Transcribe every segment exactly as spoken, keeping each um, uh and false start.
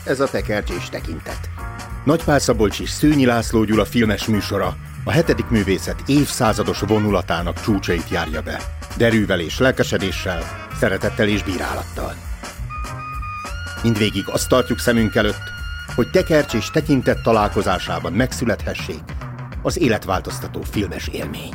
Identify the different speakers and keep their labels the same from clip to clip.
Speaker 1: ez a Tekercs és Tekintet. Nagy Pál Szabolcs és Szőnyi László Gyula filmes műsora a hetedik művészet évszázados vonulatának csúcsait járja be. Derűvel és lelkesedéssel, szeretettel és bírálattal. Mindvégig azt tartjuk szemünk előtt, hogy Tekercs és Tekintet találkozásában megszülethessék az életváltoztató filmes élmény.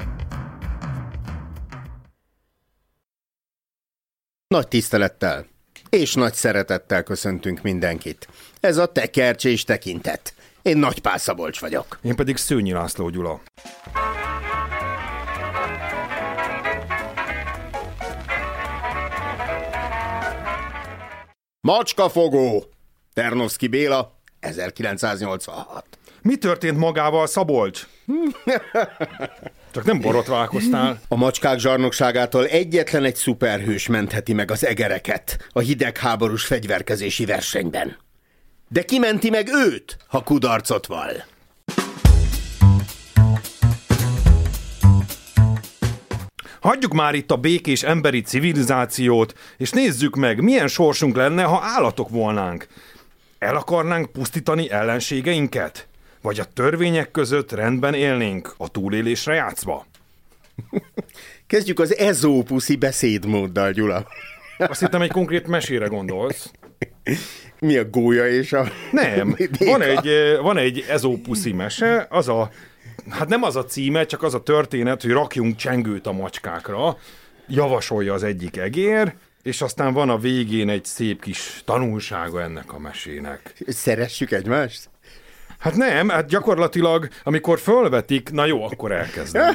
Speaker 1: Nagy tisztelettel és nagy szeretettel köszöntünk mindenkit. Ez a Tekercs és Tekintet. Én Nagy Pál Szabolcs vagyok.
Speaker 2: Én pedig Szőnyi László Gyula.
Speaker 1: Macskafogó! Ternovszky Béla, ezerkilencszáznyolcvanhat.
Speaker 2: Mi történt magával, Szabolcs? Csak nem borotválkoztál.
Speaker 1: A macskák zsarnokságától egyetlen egy szuperhős mentheti meg az egereket a hidegháborús fegyverkezési versenyben. De ki menti meg őt, ha kudarcot vall?
Speaker 2: Hagyjuk már itt a békés emberi civilizációt, és nézzük meg, milyen sorsunk lenne, ha állatok volnánk. El akarnánk pusztítani ellenségeinket? Vagy a törvények között rendben élnénk, a túlélésre játszva?
Speaker 1: Kezdjük az ezópuszi beszédmóddal, Gyula.
Speaker 2: Azt hittem, egy konkrét mesére gondolsz.
Speaker 1: Mi a gólya és a...
Speaker 2: Nem, van egy, van egy ezópuszi mese, az a... Hát nem az a címe, csak az a történet, hogy rakjunk csengőt a macskákra, javasolja az egyik egér, és aztán van a végén egy szép kis tanulsága ennek a mesének.
Speaker 1: Szeressük egymást?
Speaker 2: Hát nem, hát gyakorlatilag, amikor fölvetik, na jó, akkor elkezdem.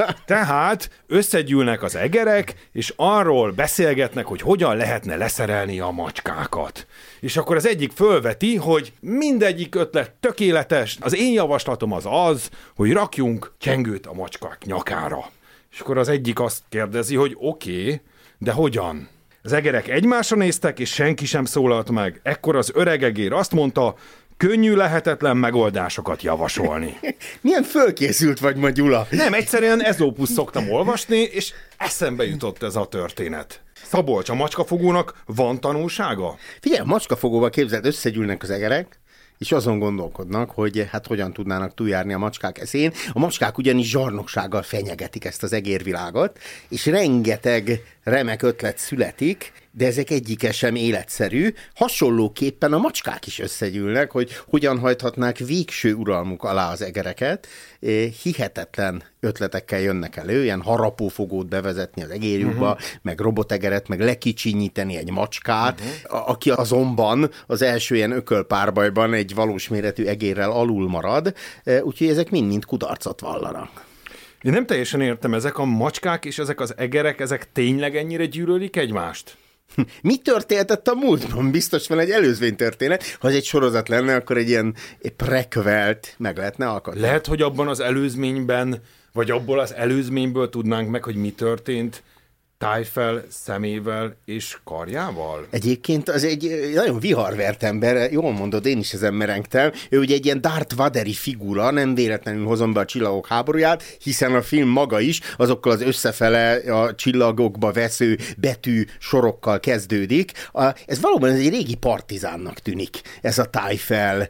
Speaker 2: Tehát összegyűlnek az egerek, és arról beszélgetnek, hogy hogyan lehetne leszerelni a macskákat. És akkor az egyik fölveti, hogy mindegyik ötlet tökéletes, az én javaslatom az az, hogy rakjunk csengőt a macskák nyakára. És akkor az egyik azt kérdezi, hogy oké, okay, de hogyan? Az egerek egymásra néztek, és senki sem szólalt meg. Ekkor az öreg egér azt mondta, könnyű, lehetetlen megoldásokat javasolni.
Speaker 1: Milyen fölkészült vagy ma, Gyula?
Speaker 2: Nem, egyszerűen Ezópusz szoktam olvasni, és eszembe jutott ez a történet. Szabolcs, a macskafogónak van tanulsága?
Speaker 1: Figyelj, a macskafogóval képzeld, összegyűlnek az egerek, és azon gondolkodnak, hogy hát hogyan tudnának túljárni a macskák eszén. A macskák ugyanis zsarnoksággal fenyegetik ezt az egérvilágot, és rengeteg remek ötlet születik, de ezek egyike sem életszerű. Hasonlóképpen a macskák is összegyűlnek, hogy hogyan hajthatnák végső uralmuk alá az egereket. Hihetetlen ötletekkel jönnek elő, ilyen harapófogót bevezetni az egérjukba, uh-huh. meg robotegeret, meg lekicsinyíteni egy macskát, uh-huh. aki azonban az első ilyen ökölpárbajban egy valós méretű egérrel alul marad, úgyhogy ezek mind-mind kudarcot vallanak.
Speaker 2: Én nem teljesen értem, ezek a macskák és ezek az egerek, ezek tényleg ennyire gyűlölik egymást?
Speaker 1: Mi történtett a múltban? Biztos van egy előzménytörténet. Ha ez egy sorozat lenne, akkor egy ilyen prequelt meg lehetne alkotni.
Speaker 2: Lehet, hogy abban az előzményben, vagy abból az előzményből tudnánk meg, hogy mi történt Tájfel szemével és karjával?
Speaker 1: Egyébként az egy nagyon viharvert ember, jól mondod, én is ezen merengtem. Ő ugye egy ilyen Darth Vaderi figura, nem véletlenül hozom be a Csillagok háborúját, hiszen a film maga is azokkal az összefele a csillagokba vesző betű sorokkal kezdődik. Ez valóban ez egy régi partizánnak tűnik, ez a Tájfel.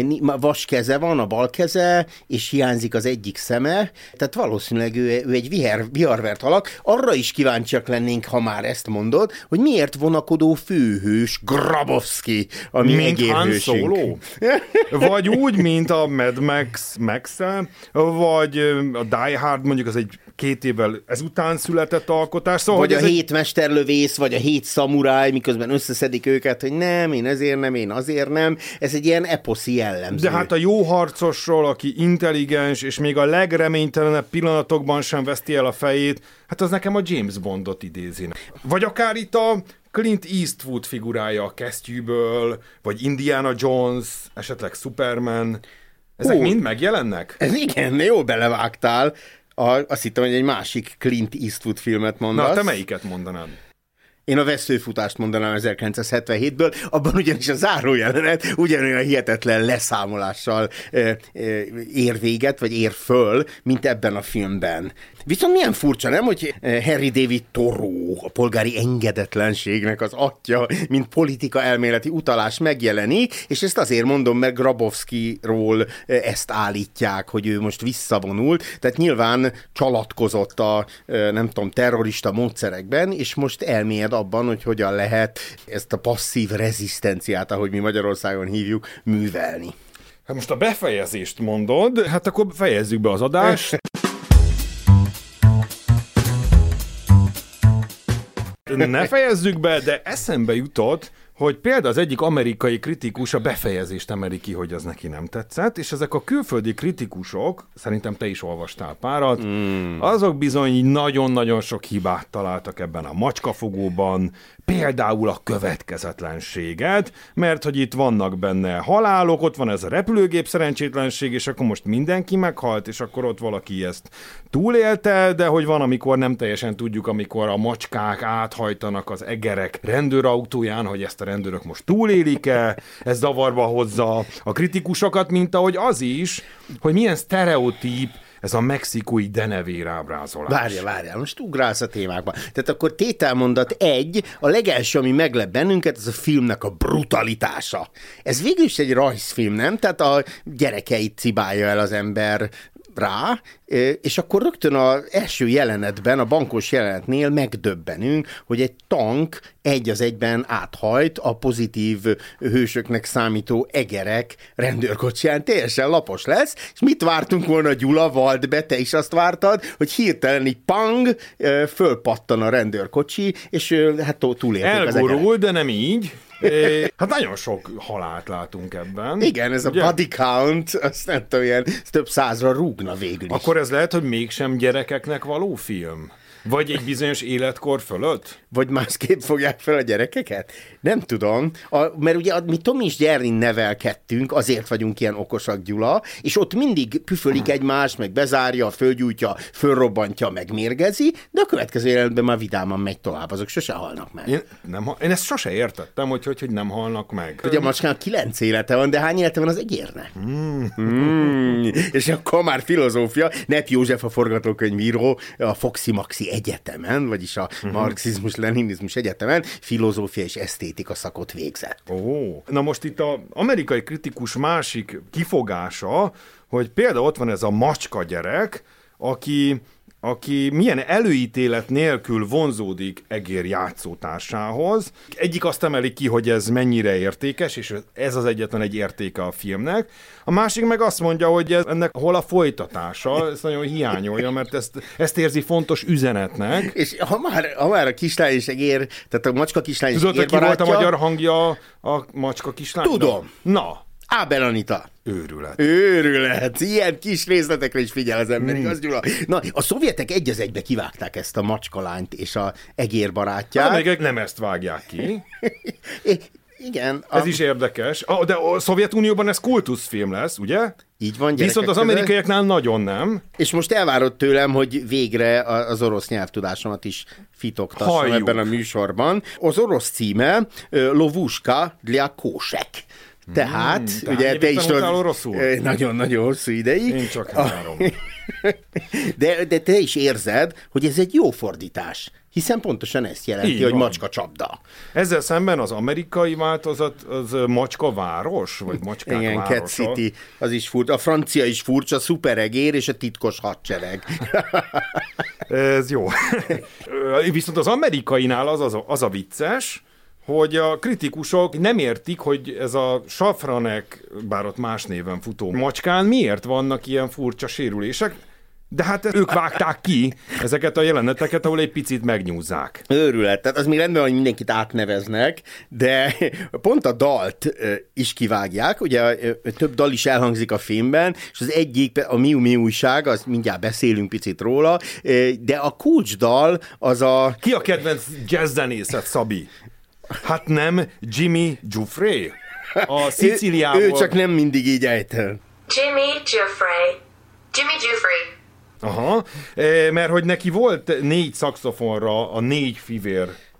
Speaker 1: Vas keze van, a bal keze, és hiányzik az egyik szeme. Tehát valószínűleg ő, ő egy vihar, viharvert alak. Arra is kíváncsiak lennénk, ha már ezt mondod, hogy miért vonakodó főhős Grabowski, a mi egérhősünk.
Speaker 2: Vagy úgy, mint a Mad Max Max-e, vagy a Die Hard, mondjuk az egy két évvel ezután született alkotás. Szóval,
Speaker 1: vagy a
Speaker 2: hét
Speaker 1: egy... mesterlövész, vagy a hét szamuráj, miközben összeszedik őket, hogy nem, én ezért nem, én azért nem. Ez egy ilyen eposzi jellemző.
Speaker 2: De hát a jó harcosról, aki intelligens, és még a legreménytelenebb pillanatokban sem veszti el a fejét, hát az nekem a James Bondot idézi. Vagy akár itt a Clint Eastwood figurája a kesztyűből, vagy Indiana Jones, esetleg Superman. Ezek Ó, mind megjelennek?
Speaker 1: Ez igen, jó belevágtál. A, azt hittem, hogy egy másik Clint Eastwood filmet mondasz.
Speaker 2: Na, te melyiket mondanád?
Speaker 1: Én a veszőfutást mondanám ezerkilencszázhetvenhétből, abban ugyanis a zárójelenet ugyanolyan hihetetlen leszámolással e, e, ér véget, vagy ér föl, mint ebben a filmben. Viszont milyen furcsa, nem, hogy Henry David Thoreau, a polgári engedetlenségnek az atya, mint politika elméleti utalás megjelenik, és ezt azért mondom, mert Grabowskiról ezt állítják, hogy ő most visszavonult, tehát nyilván csalatkozott a, nem tudom, terrorista módszerekben, és most elmélyed abban, hogy hogyan lehet ezt a passzív rezisztenciát, ahogy mi Magyarországon hívjuk, művelni.
Speaker 2: Hát most a befejezést mondod, hát akkor fejezzük be az adást. Ne fejezzük be, de eszembe jutott, hogy például az egyik amerikai kritikus a befejezést emeli ki, hogy az neki nem tetszett, és ezek a külföldi kritikusok, szerintem te is olvastál párat, mm. azok bizony nagyon-nagyon sok hibát találtak ebben a macskafogóban, például a következetlenséget, mert hogy itt vannak benne halálok, ott van ez a repülőgép szerencsétlenség, és akkor most mindenki meghalt, és akkor ott valaki ezt túlélte, de hogy van, amikor nem teljesen tudjuk, amikor a macskák áthajtanak az egerek rendőrautóján, hogy ezt a rendőrök most túlélik-e, ez zavarba hozza a kritikusokat, mint ahogy az is, hogy milyen sztereotíp ez a mexikói denevér ábrázolás.
Speaker 1: Várja, várja, most ugrálsz a témákba. Tehát akkor tételmondat egy, a legelső, ami meglep bennünket, ez a filmnek a brutalitása. Ez végül is egy rajzfilm, nem? Tehát a gyerekeit cibálja el az ember rá, és akkor rögtön az első jelenetben, a bankos jelenetnél megdöbbenünk, hogy egy tank egy az egyben áthajt a pozitív hősöknek számító egerek rendőrkocsiján, teljesen lapos lesz, és mit vártunk volna, Gyula, vald be, te is azt vártad, hogy hirtelen így pang, fölpattan a rendőrkocsi, és hát túlélték az egerek.
Speaker 2: Elgurul, de nem így. É, hát nagyon sok halált látunk ebben.
Speaker 1: Igen, ez ugye? A body count, azt nem tudom, ilyen több százra rúgna végül is.
Speaker 2: Akkor ez lehet, hogy mégsem gyerekeknek való film? Vagy egy bizonyos életkor fölött?
Speaker 1: Vagy másképp fogják fel a gyerekeket? Nem tudom, a, mert ugye mi Tom és Jerryn nevelkedtünk, azért vagyunk ilyen okosak, Gyula, és ott mindig püfölik egymást, meg bezárja, fölgyújtja, fölrobbantja, megmérgezi, de a következő jelenetben már vidáman megy tovább, azok sose halnak meg.
Speaker 2: Én, nem, én ezt sose értettem, hogy, hogy, hogy nem halnak meg.
Speaker 1: Ugye a macskának kilenc élete van, de hány élete van az egérnek? Mm. Mm. És akkor már filozófia, Nepp József a forgatókönyvíró, a Foxy Maxi egyetemen, vagyis a uh-huh. marxizmus-leninizmus egyetemen filozófia és esztétika szakot végzett.
Speaker 2: Ó, na most itt az amerikai kritikus másik kifogása, hogy például ott van ez a macska gyerek, aki, aki milyen előítélet nélkül vonzódik egér játszótársához. Egyik azt emeli ki, hogy ez mennyire értékes, és ez az egyetlen egy értéke a filmnek. A másik meg azt mondja, hogy ez, ennek hol a folytatása, ezt nagyon hiányolja, mert ezt, ezt érzi fontos üzenetnek.
Speaker 1: És ha már, ha már a kislány és egér, tehát a macska kislány és
Speaker 2: Tudod,
Speaker 1: egér barátja...
Speaker 2: Tudod, ki volt a magyar hangja a macska kislány?
Speaker 1: Tudom.
Speaker 2: Na.
Speaker 1: Ábel Anita.
Speaker 2: Őrület.
Speaker 1: Őrület. Ilyen kis részletekre is figyel az ember, igaz, Gyula? Na, a szovjetek egy az egybe kivágták ezt a macskalányt és a egér barátját.
Speaker 2: Az amerikaiak nem ezt vágják ki.
Speaker 1: Igen.
Speaker 2: A... Ez is érdekes. Ah, de a Szovjetunióban ez kultuszfilm lesz, ugye?
Speaker 1: Így van,
Speaker 2: viszont az amerikaiaknál nagyon nem.
Speaker 1: És most elvárod tőlem, hogy végre az orosz nyelvtudásomat is fitoktassam Halljuk. ebben a műsorban. Az orosz címe Lovushka dla kósek. Tehát, hmm, ugye te is tudod, nagyon-nagyon hosszú ideig.
Speaker 2: Én csak három.
Speaker 1: De, de te is érzed, hogy ez egy jó fordítás, hiszen pontosan ezt jelenti, így hogy van. Macska csapda.
Speaker 2: Ezzel szemben az amerikai változat az macska város, vagy macskák
Speaker 1: igen,
Speaker 2: városa.
Speaker 1: Cat City, az is furcsa. A francia is furcsa, szuperegér és a titkos hadsereg.
Speaker 2: Ez jó. Viszont az amerikainál az, az, az a vicces, hogy a kritikusok nem értik, hogy ez a Safranek, bár ott más néven futó macskán, miért vannak ilyen furcsa sérülések, de hát ők vágták ki ezeket a jeleneteket, ahol egy picit megnyúzzák.
Speaker 1: Őrület, tehát az még rendben, hogy mindenkit átneveznek, de pont a dalt is kivágják, ugye több dal is elhangzik a filmben, és az egyik, a Miu Miu újság, az mindjárt beszélünk picit róla, de a kulcsdal az a...
Speaker 2: Ki a kedvenc jazzzenészet, Szabi? Hát nem Jimmy Giuffre? A Szicíliából...
Speaker 1: Ő, ő csak nem mindig így ejtel.
Speaker 3: Jimmy Giuffre. Jimmy Giuffre.
Speaker 2: Aha, mert hogy neki volt négy szaxofonra a Négy fivér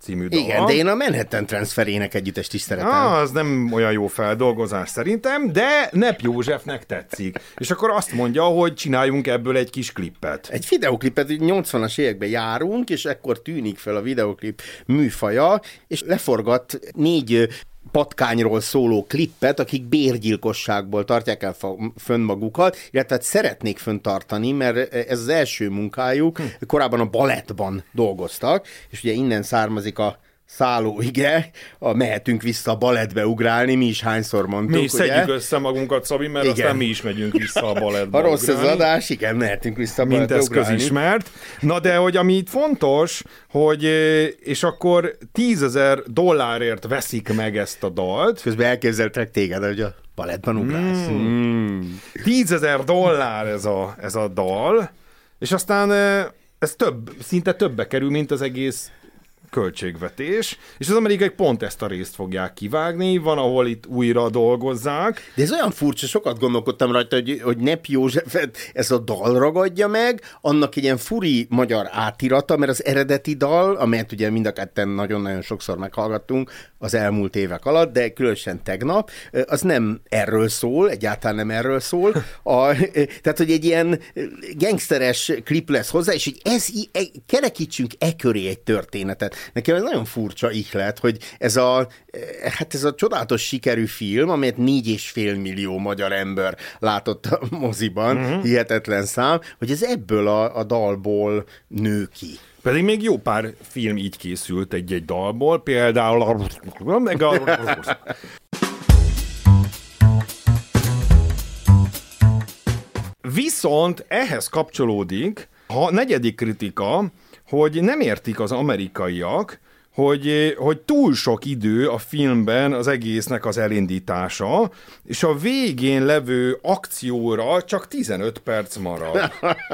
Speaker 2: című dala.
Speaker 1: Igen, de én a Manhattan Transferének együttest is szeretem.
Speaker 2: Ah, az nem olyan jó feldolgozás szerintem, de Nepp Józsefnek tetszik. És akkor azt mondja, hogy csináljunk ebből egy kis klippet.
Speaker 1: Egy videoklipet, nyolcvanas években járunk, és ekkor tűnik fel a videoklip műfaja, és leforgat négy patkányról szóló klippet, akik bérgyilkosságból tartják el fönn magukat, illetve szeretnék föntartani, mert ez az első munkájuk, hm. korábban a balettban dolgoztak, és ugye innen származik a szállóige, a mehetünk vissza a balettbe ugrálni, mi is hányszor mondtuk,
Speaker 2: Mi is
Speaker 1: ugye?
Speaker 2: szedjük össze magunkat, Szabi, mert igen. aztán mi is megyünk vissza a balettbe.
Speaker 1: Ha rossz
Speaker 2: ugrálni.
Speaker 1: az adás, igen, mehetünk vissza a balettbe
Speaker 2: Mint ez
Speaker 1: ugrálni.
Speaker 2: közismert. Na de, hogy ami itt fontos, hogy és akkor tízezer dollárért veszik meg ezt a dalt.
Speaker 1: Közben elképzeltek téged, hogy a balettban ugrálsz.
Speaker 2: Mm.
Speaker 1: Mm.
Speaker 2: tízezer dollár ez a, ez a dal, és aztán ez több, szinte többe kerül, mint az egész költségvetés, és az amerikai pont ezt a részt fogják kivágni, van, ahol itt újra dolgozzák.
Speaker 1: De ez olyan furcsa, sokat gondolkodtam rajta, hogy, hogy Nepp Józsefet ez a dal ragadja meg, annak egy ilyen furi magyar átirata, mert az eredeti dal, amelyet ugye mind a ketten nagyon-nagyon sokszor meghallgattunk az elmúlt évek alatt, de különösen tegnap, az nem erről szól, egyáltalán nem erről szól. A, tehát, hogy egy ilyen gangsteres klip lesz hozzá, és hogy ez, e, kerekítsünk e köré egy történetet. Nekem ez nagyon furcsa ihlet, hogy ez a, hát ez a csodálatos sikerű film, amelyet négy és fél millió magyar ember látott a moziban, uh-huh. hihetetlen szám, hogy ez ebből a, a dalból nő ki.
Speaker 2: Pedig még jó pár film így készült egy-egy dalból, például meg a... Viszont ehhez kapcsolódik a negyedik kritika, hogy nem értik az amerikaiak, hogy, hogy túl sok idő a filmben az egésznek az elindítása, és a végén levő akcióra csak tizenöt perc marad.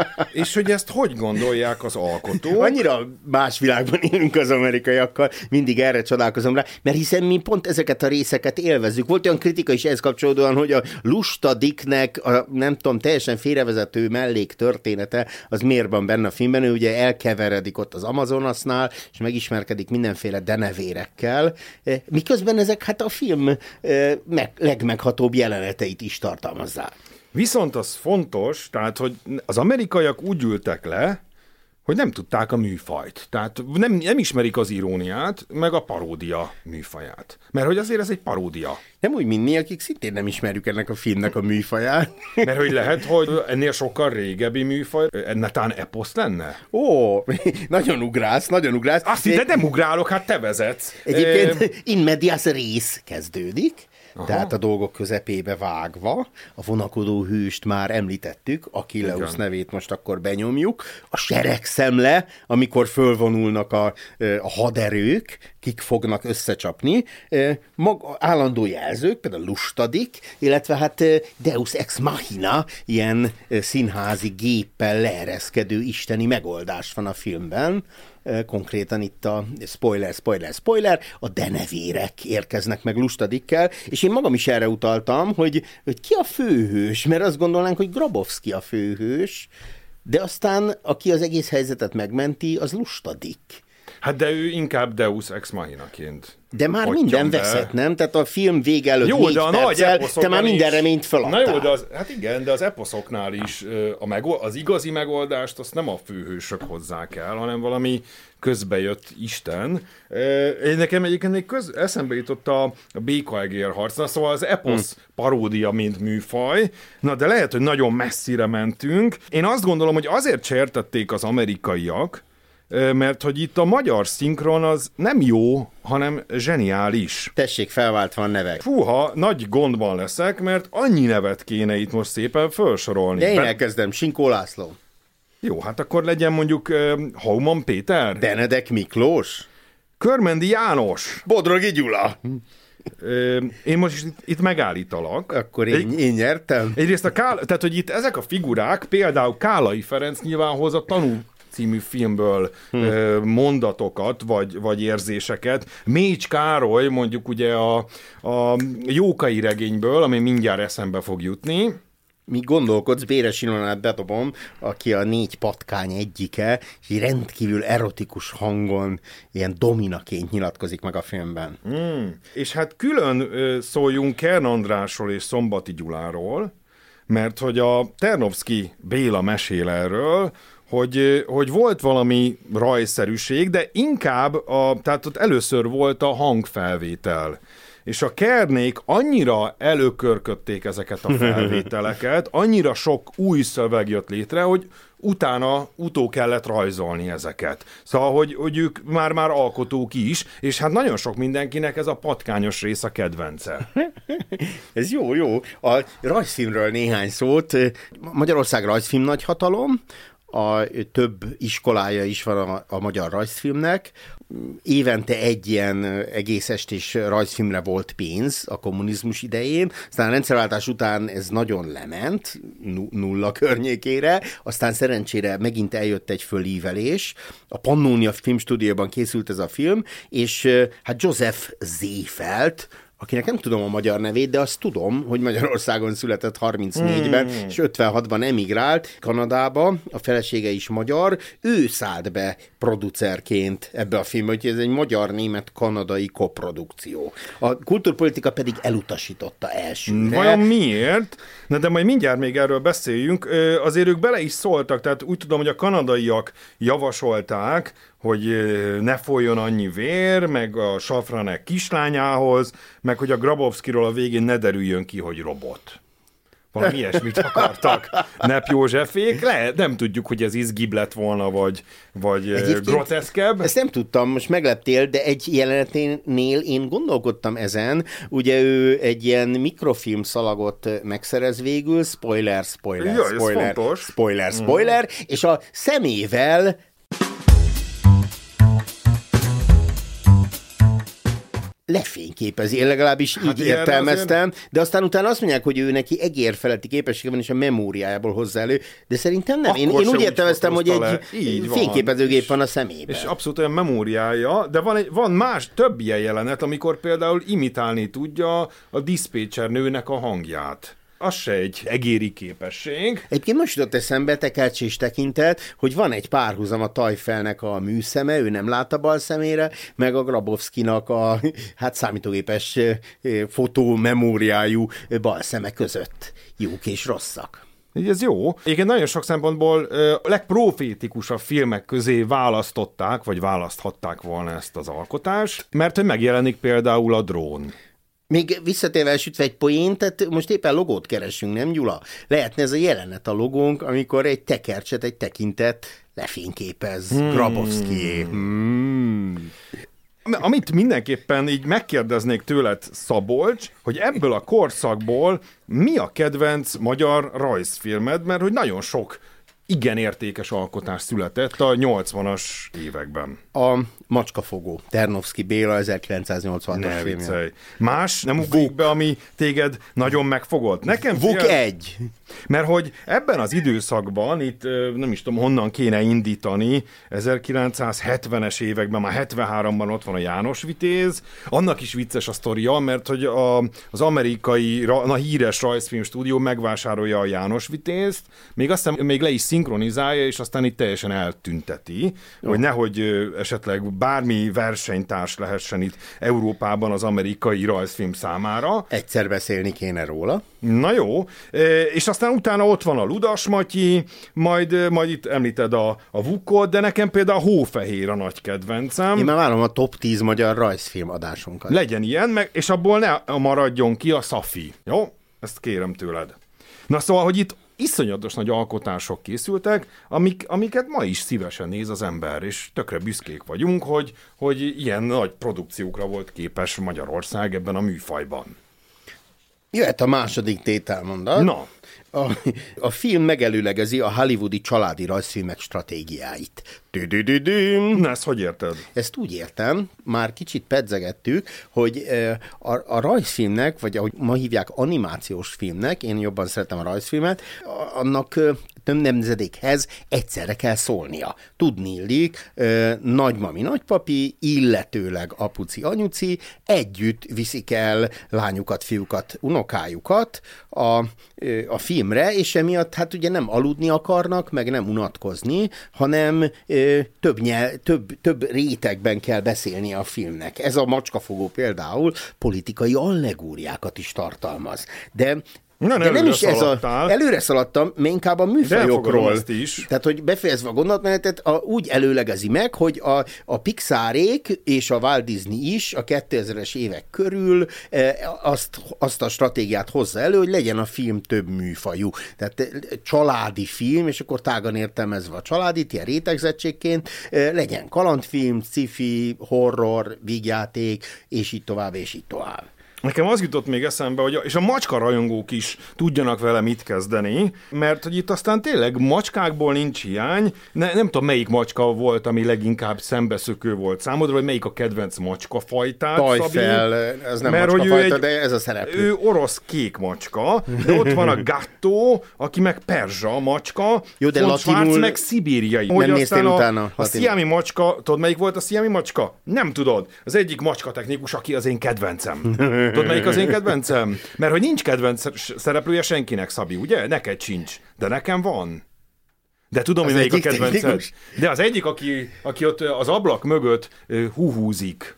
Speaker 2: És hogy ezt hogy gondolják az alkotók?
Speaker 1: Annyira más világban élünk az amerikaiakkal, mindig erre csodálkozom rá, mert hiszen mi pont ezeket a részeket élvezzük. Volt olyan kritika is ehhez kapcsolódóan, hogy a lusta Dicknek a nem tudom, teljesen félrevezető mellék története, az miért van benne a filmben, ő ugye elkeveredik ott az Amazonasnál, és megismerkedik mindenféle denevérekkel, miközben ezek hát a film meg, legmeghatóbb jeleneteit is tartalmazzák.
Speaker 2: Viszont az fontos, tehát, hogy az amerikaiak úgy ültek le, hogy nem tudták a műfajt. Tehát nem, nem ismerik az iróniát, meg a paródia műfaját. Mert hogy azért ez egy paródia.
Speaker 1: Nem úgy, mint mi, akik szintén nem ismerjük ennek a filmnek a műfaját.
Speaker 2: Mert hogy lehet, hogy ennél sokkal régebbi műfaj, netán eposz lenne?
Speaker 1: Ó, nagyon ugrálsz, nagyon ugrálsz.
Speaker 2: Azt hiszed, nem ugrálok, hát te vezetsz.
Speaker 1: Egyébként in medias res kezdődik. Aha. Tehát a dolgok közepébe vágva, a vonakodó hőst már említettük, Achilleus nevét most akkor benyomjuk, a seregszemle, amikor fölvonulnak a, a haderők, kik fognak összecsapni, maga, állandó jelzők, például lustadik, illetve hát Deus ex machina, ilyen színházi géppel leereszkedő isteni megoldás van a filmben. Konkrétan itt a spoiler, spoiler, spoiler, a denevérek érkeznek meg lustadikkel, és én magam is erre utaltam, hogy, hogy ki a főhős, mert azt gondolnánk, hogy Grabowski a főhős, de aztán aki az egész helyzetet megmenti, az lustadik.
Speaker 2: Hát de ő inkább Deus ex machinaként.
Speaker 1: De már minden
Speaker 2: be.
Speaker 1: veszett, nem? Tehát a film vége előtt
Speaker 2: jó,
Speaker 1: négy
Speaker 2: de a
Speaker 1: perccel, te már minden
Speaker 2: is,
Speaker 1: reményt feladtál.
Speaker 2: Na jó, de az, hát igen, de az eposzoknál is a megold, az igazi megoldást azt nem a főhősök hozzák el, hanem valami közbejött Isten. Én nekem egyébként még köz, eszembe jutott a, a békaegér harc, na szóval az eposz hmm. paródia, mint műfaj, na de lehet, hogy nagyon messzire mentünk. Én azt gondolom, hogy azért sértették az amerikaiak, mert hogy itt a magyar szinkron az nem jó, hanem zseniális.
Speaker 1: Tessék, felváltva a nevek.
Speaker 2: Fúha, nagy gondban leszek, mert annyi nevet kéne itt most szépen felsorolni.
Speaker 1: De én
Speaker 2: Be-
Speaker 1: elkezdem, Sinkó László.
Speaker 2: Jó, hát akkor legyen mondjuk uh, Hauman Péter.
Speaker 1: Benedek Miklós.
Speaker 2: Körmendi János.
Speaker 1: Bodrogi Gyula.
Speaker 2: Uh, én most itt, itt megállítalak.
Speaker 1: Akkor én, Egy, én nyertem.
Speaker 2: Egyrészt a Kál, tehát hogy itt ezek a figurák, például Kálai Ferenc nyilván hoz a Tanú című filmből hmm. mondatokat, vagy, vagy érzéseket. Mécs Károly, mondjuk ugye a, a Jókai regényből, ami mindjárt eszembe fog jutni,
Speaker 1: Míg gondolkodsz, Béres Ilonát bedobom, aki a négy patkány egyike, és rendkívül erotikus hangon, ilyen dominaként nyilatkozik meg a filmben.
Speaker 2: Mm. És hát külön ö, szóljunk Kern Andrásról és Szombati Gyuláról, mert hogy a Ternovszky Béla mesél erről, hogy, hogy volt valami rajszerűség, de inkább, a, tehát ott először volt a hangfelvétel. És a Kernék annyira előkörködték ezeket a felvételeket, annyira sok új szöveg jött létre, hogy utána utó kellett rajzolni ezeket. Szóval, hogy, hogy ők már-már alkotók is, és hát nagyon sok mindenkinek ez a patkányos rész a kedvence.
Speaker 1: Ez jó, jó. A rajzfilmről néhány szót. Magyarország rajzfilm nagyhatalom, a több iskolája is van a, a magyar rajzfilmnek. Évente egy ilyen egész estés rajzfilmre volt pénz a kommunizmus idején, aztán a rendszerváltás után ez nagyon lement, nulla környékére, aztán szerencsére megint eljött egy fölívelés. A Pannónia Filmstúdióban készült ez a film, és hát Joseph Seefeld, akinek nem tudom a magyar nevét, de azt tudom, hogy Magyarországon született harmincnégyben, hmm. és ötvenhatban emigrált Kanadába, a felesége is magyar, ő szállt be producerként ebbe a filmbe, hogy ez egy magyar-német-kanadai koprodukció. A kultúrpolitika pedig elutasította elsőre.
Speaker 2: Vajon miért? Na de majd mindjárt még erről beszéljünk. Azért ők bele is szóltak, tehát úgy tudom, hogy a kanadaiak javasolták, hogy ne folyjon annyi vér, meg a Safranek kislányához, meg hogy a Grabowskiról a végén ne derüljön ki, hogy robot. Valami ilyesmit akartak Nepp Józsefék. Lehet, nem tudjuk, hogy ez izgibb lett volna, vagy, vagy groteszkebb.
Speaker 1: Ezt nem tudtam, most megleptél, de egy jelenetnél én gondolkodtam ezen. Ugye ő egy ilyen mikrofilm szalagot megszerez végül, spoiler, spoiler,
Speaker 2: Jaj,
Speaker 1: spoiler, spoiler, spoiler, mm. és a szemével lefényképezi, én legalábbis hát így értelmeztem, azért... de aztán utána azt mondják, hogy ő neki egérfeletti képessége van, és a memóriájából hozzá elő, de szerintem nem. Én, én úgy értelmeztem, hogy egy fényképezőgép van a szemében.
Speaker 2: És abszolút olyan memóriája, de van, egy, van más, több ilyen jelenet, amikor például imitálni tudja a diszpécser nőnek a hangját. Az se egy egéri képesség.
Speaker 1: Egyébként most jutott eszembe, tekercsés tekintet, hogy van egy párhuzam a Tajfelnek a műszeme, ő nem lát a bal szemére, meg a Grabowskinak a hát számítógépes fotó memóriájú bal szeme között. Jók és rosszak.
Speaker 2: Így ez jó. Egyébként nagyon sok szempontból a legprofétikusabb filmek közé választották, vagy választhatták volna ezt az alkotást, mert hogy megjelenik például a Drón.
Speaker 1: Még visszatérve elsütve egy poént, tehát most éppen logót keresünk, nem Gyula? Lehetne ez a jelenet a logónk, amikor egy tekercset, egy tekintet lefényképez hmm. Grabowski. Hmm.
Speaker 2: Amit mindenképpen így megkérdeznék tőled, Szabolcs, hogy ebből a korszakból mi a kedvenc magyar rajzfilmed, mert hogy nagyon sok igen értékes alkotás született a nyolcvanas években.
Speaker 1: A Macskafogó, Ternovszky Béla, ezerkilencszáznyolcvanöt filmje.
Speaker 2: Más nem ugrik be, ami téged nagyon megfogott? Nekem
Speaker 1: Vuk fél... egy.
Speaker 2: Mert hogy ebben az időszakban, itt nem is tudom, honnan kéne indítani, ezerkilencszázhetvenes években, már hetvenháromban ott van a János Vitéz, annak is vicces a sztoria, mert hogy a, az amerikai na, híres rajzfilm stúdió megvásárolja a János Vitézt, még aztán még le is szinkronizálja, és aztán itt teljesen eltünteti, jó. Hogy nehogy esetleg bármi versenytárs lehessen itt Európában az amerikai rajzfilm számára.
Speaker 1: Egyszer beszélni kéne róla.
Speaker 2: Na jó, és aztán utána ott van a Ludas Matyi, majd, majd itt említed a, a Vukot, de nekem például a Hófehér a nagy kedvencem.
Speaker 1: Én már várom a top tíz magyar rajzfilm adásunkat.
Speaker 2: Legyen ilyen, meg, és abból ne maradjon ki a Szafi. Jó? Ezt kérem tőled. Na szóval, hogy itt iszonyatos nagy alkotások készültek, amik, amiket ma is szívesen néz az ember, és tökre büszkék vagyunk, hogy, hogy ilyen nagy produkciókra volt képes Magyarország ebben a műfajban.
Speaker 1: Jöhet a második tételmondat.
Speaker 2: Na.
Speaker 1: A, a film megelőlegezi a hollywoodi családi rajzfilmek stratégiáit. Dü-dü-dü-düm.
Speaker 2: Na, ezt hogy érted?
Speaker 1: Ezt úgy értem, már kicsit pedzegettük, hogy a, a rajzfilmnek, vagy ahogy ma hívják animációs filmnek, én jobban szeretem a rajzfilmet, annak nemzedékhez egyszerre kell szólnia. Tudni illik, nagymami, nagypapi, illetőleg apuci, anyuci együtt viszik el lányukat, fiúkat, unokájukat a, a filmre, és emiatt hát ugye nem aludni akarnak, meg nem unatkozni, hanem ö, több, nyel, több, több rétegben kell beszélni a filmnek. Ez a macskafogó például politikai allegóriákat is tartalmaz. De
Speaker 2: Na,
Speaker 1: de nem is ez a...
Speaker 2: szaladtál.
Speaker 1: Előre szaladtam, mert inkább a műfajokról.
Speaker 2: Is.
Speaker 1: Tehát, hogy befejezve a gondolatmenetet, a, úgy előlegezi meg, hogy a, a Pixarék és a Walt Disney is a kétezres évek körül e, azt, azt a stratégiát hozza elő, hogy legyen a film több műfajú. Tehát családi film, és akkor tágan értelmezve a családit, ilyen rétegzettségként, e, legyen kalandfilm, sci-fi, horror, vígjáték, és így tovább, és így tovább.
Speaker 2: Nekem az jutott még eszembe, hogy a, és a macska rajongók is tudjanak vele mit kezdeni, mert hogy itt aztán tényleg macskákból nincs hiány, ne, nem tudom melyik macska volt, ami leginkább szembeszökő volt számodra, vagy melyik a kedvenc macskafajtát,
Speaker 1: Tajfel, ez nem mert macskafajta, de ez a szereplő.
Speaker 2: Ő orosz kék macska, de ott van a Gatto, aki meg perzsa macska,
Speaker 1: jó, de latinul...
Speaker 2: meg szibériai.
Speaker 1: Nem néztél
Speaker 2: a,
Speaker 1: utána.
Speaker 2: A sziámi macska, tudod melyik volt a sziámi macska? Nem tudod. Az egyik macska technikus, aki az én kedvencem. Tudod, melyik az én kedvencem? Mert hogy nincs kedvenc szereplője senkinek, Szabi, ugye? Neked sincs. De nekem van. De tudom, hogy melyik a kedvenced. Technikus. De az egyik, aki, aki ott az ablak mögött húhúzik.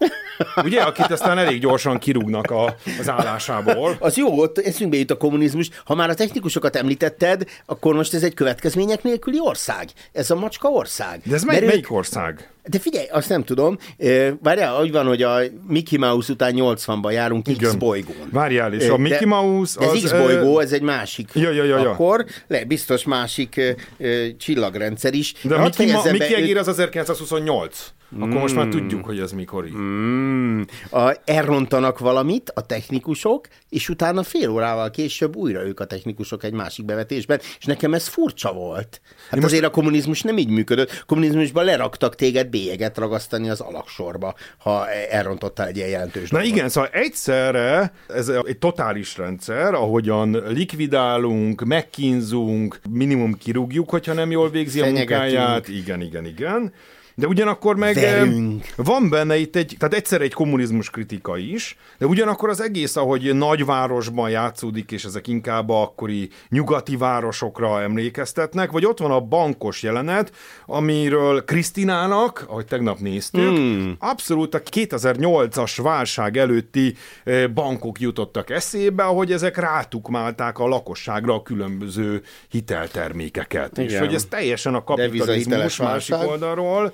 Speaker 2: Ugye, akit aztán elég gyorsan kirúgnak a, az állásából.
Speaker 1: Az jó, ott eszünkbe jut a kommunizmus. Ha már a technikusokat említetted, akkor most ez egy következmények nélküli ország. Ez a macska ország.
Speaker 2: De ez mely, melyik ország?
Speaker 1: De figyelj, azt nem tudom. Várjál, úgy van, hogy a Mickey Mouse után nyolcvanban járunk igen. X bolygón.
Speaker 2: Várjál, és a Mickey Mouse...
Speaker 1: De az, az X bolygó, ez egy másik.
Speaker 2: Ja, ja, ja, ja.
Speaker 1: Akkor le, biztos másik uh, csillagrendszer is.
Speaker 2: De a Mickey, Ma- Mickey egér az ezerkilencszázhuszonnyolc. Akkor mm. most már tudjuk, hogy ez mikori.
Speaker 1: Mm. A, elrontanak valamit a technikusok, és utána fél órával később újra ők a technikusok egy másik bevetésben, és nekem ez furcsa volt. Hát most... azért a kommunizmus nem így működött. Kommunizmusban leraktak téged bélyeget ragasztani az alaksorba, ha elrontottál egy ilyen jelentős
Speaker 2: Na
Speaker 1: dolgot.
Speaker 2: igen, szóval egyszerre ez egy totális rendszer, ahogyan likvidálunk, megkínzunk, minimum kirúgjuk, hogyha nem jól végzi a munkáját. Igen, igen, igen. De ugyanakkor meg
Speaker 1: Verünk.
Speaker 2: van benne itt egy, tehát egyszer egy kommunizmus kritika is, de ugyanakkor az egész, ahogy nagyvárosban játszódik, és ezek inkább akkori nyugati városokra emlékeztetnek, vagy ott van a bankos jelenet, amiről Krisztinának, ahogy tegnap néztük, hmm. abszolút a kétezer-nyolcas válság előtti bankok jutottak eszébe, ahogy ezek rátukmálták a lakosságra a különböző hiteltermékeket. Igen. És hogy ez teljesen a kapitalizmus másik oldalról.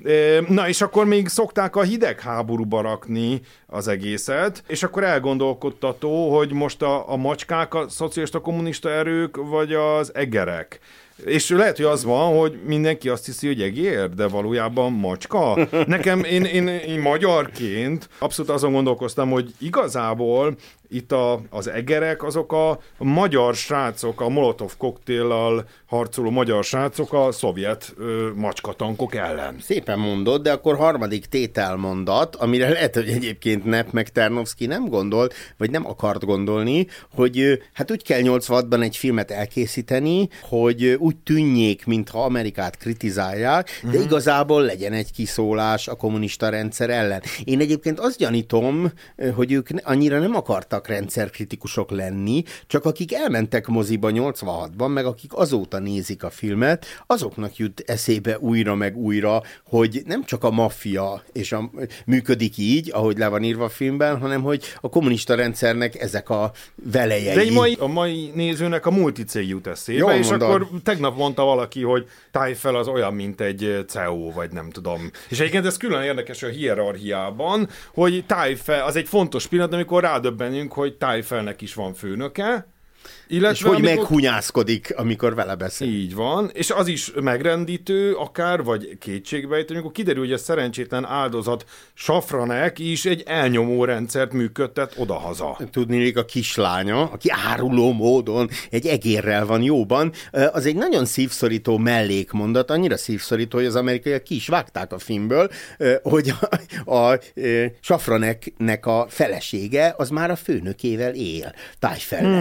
Speaker 2: Na, és akkor még szokták a hidegháborúba rakni az egészet, és akkor elgondolkodtató, hogy most a, a macskák a szocialista kommunista erők, vagy az egerek. És lehet, hogy az van, hogy mindenki azt hiszi, hogy egér, de valójában macska. Nekem, én, én, én magyarként abszolút azon gondolkoztam, hogy igazából itt a, az egerek, azok a magyar srácok, a Molotov koktéllal harcoló magyar srácok a szovjet ö, macskatankok ellen.
Speaker 1: Szépen mondod, de akkor harmadik tételmondat, amire lehet, hogy egyébként Knepp meg Tarnowski nem gondolt, vagy nem akart gondolni, hogy hát úgy kell nyolcvanhatban egy filmet elkészíteni, hogy úgy tűnjék, mintha Amerikát kritizálják, de uh-huh. igazából legyen egy kiszólás a kommunista rendszer ellen. Én egyébként azt gyanítom, hogy ők annyira nem akartak rendszerkritikusok lenni, csak akik elmentek moziba nyolcvanhatban, meg akik azóta nézik a filmet, azoknak jut eszébe újra meg újra, hogy nem csak a maffia és a, működik így, ahogy le van írva a filmben, hanem hogy a kommunista rendszernek ezek a velejei.
Speaker 2: De egy mai, a mai nézőnek a multicég jut eszébe, jól és mondod. Akkor tegnap mondta valaki, hogy Tájfel az olyan, mint egy cé e o, vagy nem tudom. És egyébként ez külön érdekes a hierarchiában, hogy Tájfel, az egy fontos pillanat, amikor rádöbbenünk, hogy Tájfelnek is van főnöke, illetve
Speaker 1: és hogy amikor... meghunyászkodik, amikor vele beszél.
Speaker 2: Így van, és az is megrendítő akár, vagy kétségbejtő, amikor kiderül, hogy a szerencsétlen áldozat Safranek is egy elnyomó rendszert működtet odahaza.
Speaker 1: Tudniillik a kislánya, aki áruló módon egy egérrel van jóban, az egy nagyon szívszorító mellékmondat, annyira szívszorító, hogy az amerikaiak ki is vágták a filmből, hogy a, a, a Safraneknek a felesége az már a főnökével él, Tájfellel. Hmm.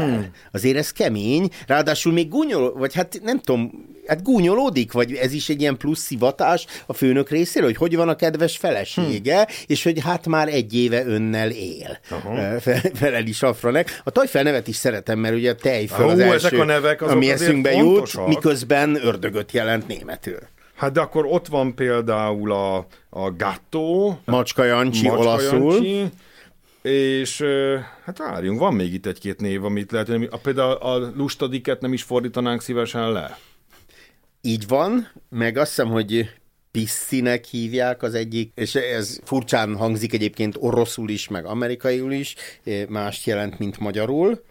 Speaker 1: azért ez kemény, ráadásul még gúnyol, vagy hát nem tudom, hát gúnyolódik, vagy ez is egy ilyen plusz szivatás a főnök részéről, hogy hogy van a kedves felesége, hm. és hogy hát már egy éve önnel él. Fe, feleli Safranek. A Tajfel-nevet is szeretem, mert ugye tejföl az első,
Speaker 2: ezek a nevek,
Speaker 1: ami eszünkbe jut, miközben ördögöt jelent németül.
Speaker 2: Hát de akkor ott van például a, a Gatto,
Speaker 1: Macska Jancsi Macska olaszul. Jancsi,
Speaker 2: és hát várjunk, van még itt egy-két név, amit lehet, hogy például a Lustadiket nem is fordítanánk szívesen le.
Speaker 1: Így van, meg azt hiszem, hogy Pissinek hívják az egyik, és ez furcsán hangzik egyébként oroszul is, meg amerikaiul is, mást jelent, mint magyarul.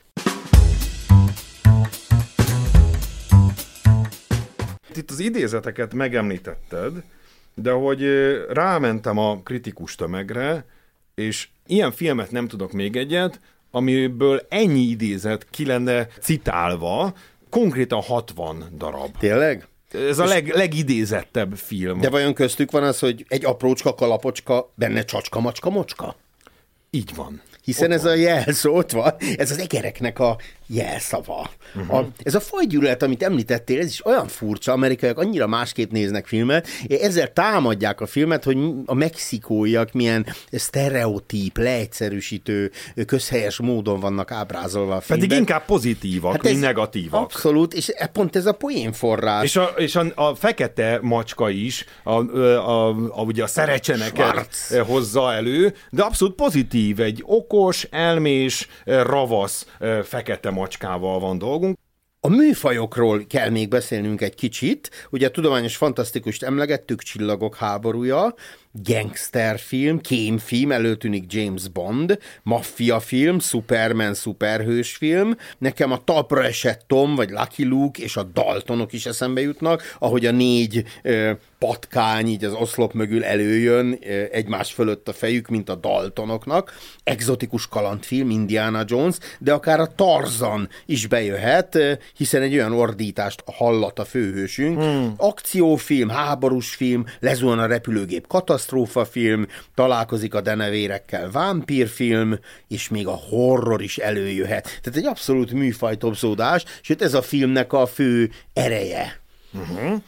Speaker 2: Itt az idézeteket megemlítetted, de hogy rámentem a kritikus tömegre, és ilyen filmet nem tudok még egyet, amiből ennyi idézet ki lenne citálva, konkrétan hatvan darab.
Speaker 1: Tényleg?
Speaker 2: Ez a leg, legidézettebb film.
Speaker 1: De vajon köztük van az, hogy egy aprócska kalapocska, benne csacska, macska, mocska?
Speaker 2: Így van.
Speaker 1: Hiszen
Speaker 2: ott
Speaker 1: ez
Speaker 2: van.
Speaker 1: a jelszó ott van, ez az egereknek a jelszava. Uh-huh. A, ez a fajgyűlölet, amit említettél, ez is olyan furcsa, amerikaiak annyira másképp néznek filmet, ezzel támadják a filmet, hogy a mexikóiak milyen sztereotíp, leegyszerűsítő, közhelyes módon vannak ábrázolva a filmben.
Speaker 2: Pedig inkább pozitívak, hát mint negatívak.
Speaker 1: Abszolút, és pont ez a poénforrás.
Speaker 2: És a, és a, a fekete macska is, a, a, a, a, ugye a szerecseneket hozza elő, de abszolút pozitív, egy okos, elmés, ravasz, fekete macskával van dolgunk.
Speaker 1: A műfajokról kell még beszélnünk egy kicsit. Ugye a tudományos fantasztikust emlegettük, Csillagok háborúja, gangsterfilm, kémfilm, előtűnik James Bond, maffiafilm, Superman, szuperhősfilm. Nekem a Talpra esett Tom, vagy Lucky Luke és a Daltonok is eszembe jutnak, ahogy a négy ö, patkány így az oszlop mögül előjön ö, egymás fölött a fejük, mint a Daltonoknak. Exotikus kalandfilm, Indiana Jones, de akár a Tarzan is bejöhet, ö, hiszen egy olyan ordítást hallat a főhősünk. Hmm. Akciófilm, háborús film, lezuhan a repülőgép katasztrófafilm, találkozik a denevérekkel vámpírfilm, és még a horror is előjöhet. Tehát egy abszolút műfajtopzódás, sőt ez a filmnek a fő ereje.
Speaker 2: Uh-huh.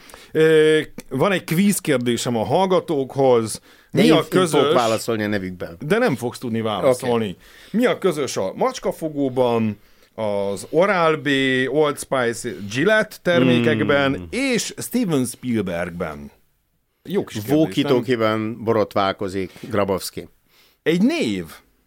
Speaker 2: Van egy kvíz kérdésem a hallgatókhoz.
Speaker 1: De
Speaker 2: Mi
Speaker 1: én,
Speaker 2: a közös...
Speaker 1: én fogok válaszolni a nevükben.
Speaker 2: De nem fogsz tudni válaszolni. Okay. Mi a közös a macskafogóban, az Oral-B, Old Spice, Gillette termékekben, mm. és Steven Spielbergben? Jó kis kérdés,
Speaker 1: Walkie-talkie-ben borotválkozik Grabowski.
Speaker 2: Egy név.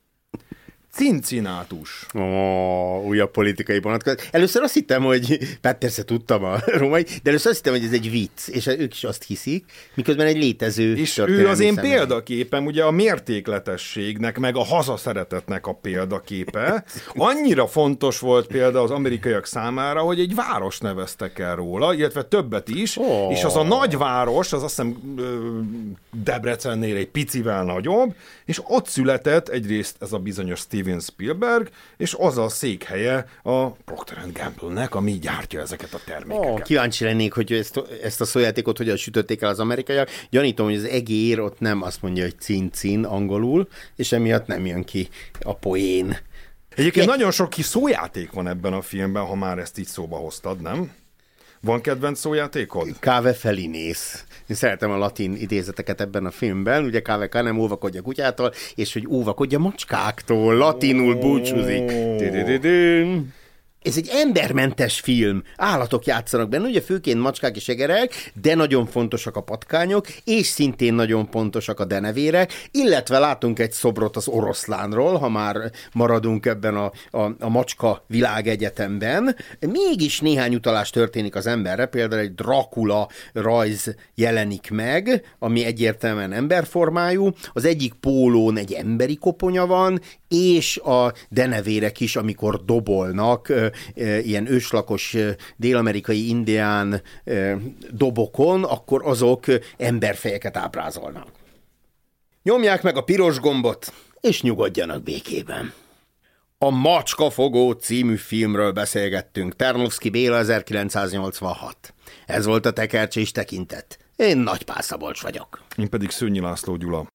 Speaker 2: Cincinátus.
Speaker 1: Ó, újabb politikai vonatkozás. Először azt hittem, hogy, hát persze tudtam a római, de először azt hittem, hogy ez egy vicc, és ők is azt hiszik, miközben egy létező
Speaker 2: és ő az én személy. Példaképem, ugye a mértékletességnek, meg a hazaszeretetnek a példaképe. Annyira fontos volt például az amerikaiak számára, hogy egy város neveztek el róla, illetve többet is, oh. és az a nagyváros, az azt hiszem Debrecennél egy picivel nagyobb, és ott született egyrészt ez a bizonyos Steven Spielberg, és az a székhelye a Procter and Gamble-nek, ami gyártja ezeket a termékeket.
Speaker 1: Oh, kíváncsi lennék, hogy ezt, ezt a szójátékot hogyan sütötték el az amerikaiak. Gyanítom, hogy az egér ott nem azt mondja, hogy cin-cin angolul, és emiatt nem jön ki a poén.
Speaker 2: Egyébként nagyon sok kis szójáték van ebben a filmben, ha már ezt így szóba hoztad, nem? Van kedvenc szójátékod?
Speaker 1: Cave felinész. Én szeretem a latin idézeteket ebben a filmben, ugye Cave canem, óvakodj a kutyától, és hogy óvakodj a macskáktól, latinul búcsúzik. Ez egy embermentes film. Állatok játszanak benne, ugye főként macskák és egerek, de nagyon fontosak a patkányok, és szintén nagyon fontosak a denevérek, illetve látunk egy szobrot az oroszlánról, ha már maradunk ebben a, a, a macska világegyetemben. Mégis néhány utalás történik az emberre, például egy Dracula rajz jelenik meg, ami egyértelműen emberformájú, az egyik pólón egy emberi koponya van, és a denevérek is, amikor dobolnak, ilyen őslakos dél-amerikai indián dobokon, akkor azok emberfejeket ábrázolnak. Nyomják meg a piros gombot, és nyugodjanak békében. A Macskafogó című filmről beszélgettünk. Tarnowski Béla, ezerkilencszáznyolcvanhat. Ez volt a Tekercsés tekintet. Én Nagy Pál Szabolcs vagyok.
Speaker 2: Én pedig Szőnyi László Gyula.